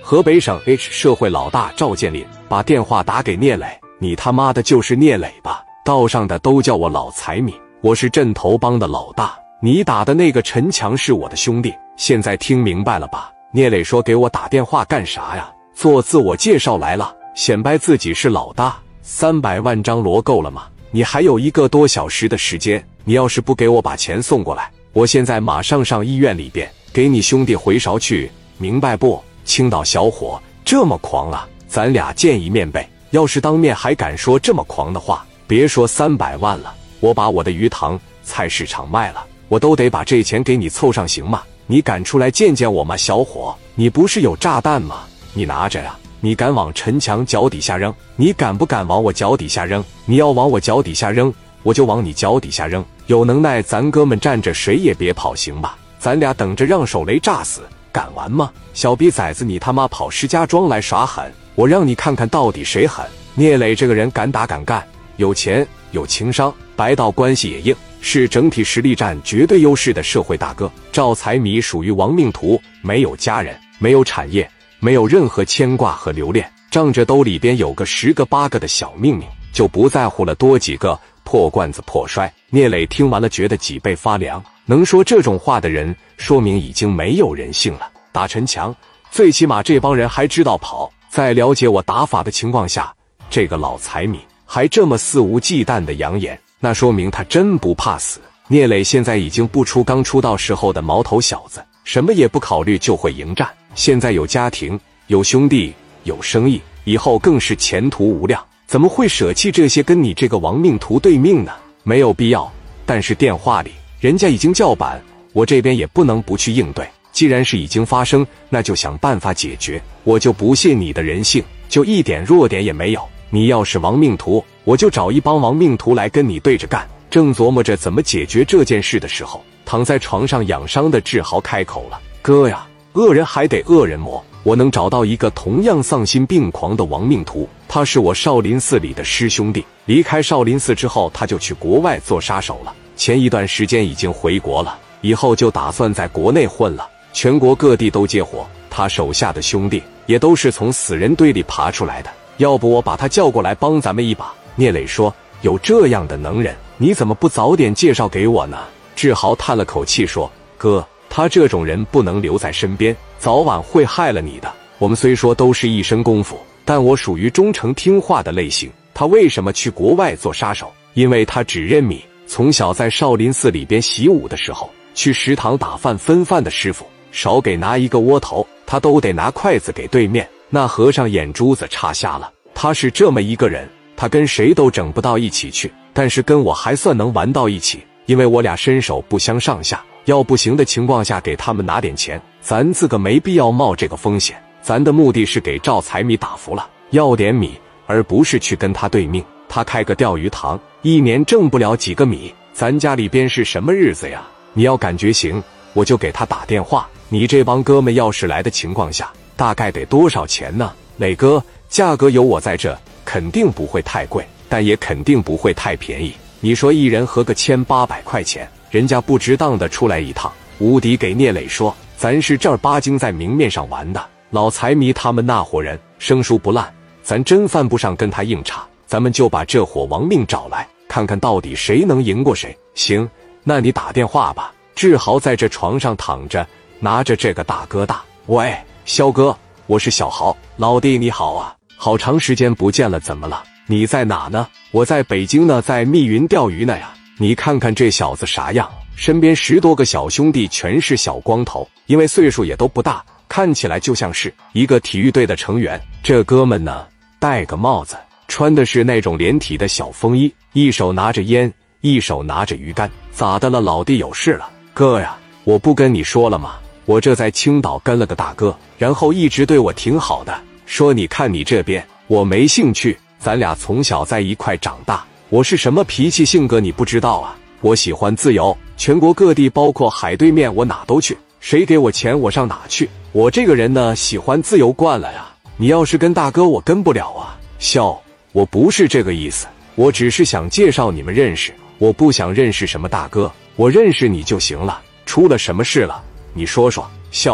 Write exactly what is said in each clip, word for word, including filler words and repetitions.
河北省 H 社会老大赵建林把电话打给聂磊，你他妈的就是聂磊吧？道上的都叫我老财迷，我是镇头帮的老大，你打的那个陈强是我的兄弟，现在听明白了吧？聂磊说给我打电话干啥呀？做自我介绍来了，显摆自己是老大。三百万张罗够了吗？你还有一个多小时的时间，你要是不给我把钱送过来，我现在马上上医院里边给你兄弟回勺去，明白不？青岛小伙这么狂啊，咱俩见一面呗。要是当面还敢说这么狂的话，别说三百万了，我把我的鱼塘菜市场卖了，我都得把这钱给你凑上，行吗？你敢出来见见我吗？小伙，你不是有炸弹吗？你拿着呀！你敢往陈强脚底下扔？你敢不敢往我脚底下扔？你要往我脚底下扔，我就往你脚底下扔。有能耐咱哥们站着，谁也别跑，行吧？咱俩等着让手雷炸死，敢玩吗？小逼崽子，你他妈跑石家庄来耍狠，我让你看看到底谁狠。聂磊这个人敢打敢干，有钱有情商，白道关系也硬，是整体实力占绝对优势的社会大哥。赵财迷属于亡命徒，没有家人，没有产业，没有任何牵挂和留恋，仗着兜里边有个十个八个的小命命，就不在乎了多几个破罐子破摔。聂磊听完了觉得脊背发凉，能说这种话的人说明已经没有人性了。打陈强最起码这帮人还知道跑，在了解我打法的情况下，这个老财迷还这么肆无忌惮的扬言，那说明他真不怕死。聂磊现在已经不出刚出道时候的毛头小子，什么也不考虑就会迎战，现在有家庭有兄弟有生意，以后更是前途无量，怎么会舍弃这些跟你这个亡命徒对命呢？没有必要。但是电话里人家已经叫板，我这边也不能不去应对，既然是已经发生，那就想办法解决。我就不信你的人性就一点弱点也没有，你要是亡命徒，我就找一帮亡命徒来跟你对着干。正琢磨着怎么解决这件事的时候，躺在床上养伤的志豪开口了：哥呀，恶人还得恶人磨，我能找到一个同样丧心病狂的亡命徒，他是我少林寺里的师兄弟，离开少林寺之后他就去国外做杀手了，前一段时间已经回国了，以后就打算在国内混了，全国各地都接活，他手下的兄弟也都是从死人堆里爬出来的，要不我把他叫过来帮咱们一把。聂磊说：有这样的能人，你怎么不早点介绍给我呢？志豪叹了口气说：哥，他这种人不能留在身边，早晚会害了你的。我们虽说都是一身功夫，但我属于忠诚听话的类型。他为什么去国外做杀手？因为他只认米。从小在少林寺里边习武的时候，去食堂打饭分饭的师傅少给拿一个窝头，他都得拿筷子给对面，那和尚眼珠子插瞎了。他是这么一个人，他跟谁都整不到一起去，但是跟我还算能玩到一起，因为我俩身手不相上下，要不行的情况下给他们拿点钱，咱自个没必要冒这个风险。咱的目的是给赵财迷打服了，要点米，而不是去跟他对命。他开个钓鱼塘，一年挣不了几个米，咱家里边是什么日子呀？你要感觉行，我就给他打电话。你这帮哥们要是来的情况下，大概得多少钱呢？磊哥，价格有我在这，肯定不会太贵，但也肯定不会太便宜。你说一人合个千八百块钱，人家不值当的出来一趟。吴迪给聂磊说：咱是正儿八经在明面上玩的，老财迷他们那伙人生疏不烂，咱真犯不上跟他硬茬，咱们就把这伙亡命找来，看看到底谁能赢过谁。行，那你打电话吧。志豪在这床上躺着，拿着这个大哥大。喂，肖哥，我是小豪，老弟你好啊，好长时间不见了，怎么了？你在哪呢？我在北京呢，在密云钓鱼呢呀。你看看这小子啥样，身边十多个小兄弟全是小光头，因为岁数也都不大，看起来就像是一个体育队的成员。这哥们呢，戴个帽子，穿的是那种连体的小风衣，一手拿着烟，一手拿着鱼竿。咋的了，老弟有事了？哥呀，我不跟你说了吗？我这在青岛跟了个大哥，然后一直对我挺好的，说你看你这边我没兴趣，咱俩从小在一块长大，我是什么脾气性格你不知道啊？我喜欢自由，全国各地包括海对面我哪都去，谁给我钱我上哪去。我这个人呢，喜欢自由惯了呀。你要是跟大哥我跟不了啊。笑，我不是这个意思，我只是想介绍你们认识，我不想认识什么大哥，我认识你就行了。出了什么事了？你说说。笑，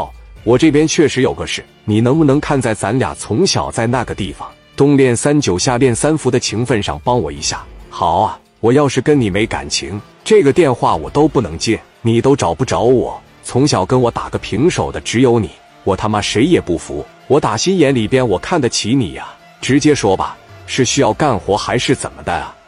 我这边确实有个事，你能不能看在咱俩从小在那个地方冬练三九夏练三伏的情分上帮我一下？好啊，我要是跟你没感情，这个电话我都不能接，你都找不着我，从小跟我打个平手的只有你，我他妈谁也不服，我打心眼里边我看得起你呀，直接说吧，是需要干活还是怎么的啊？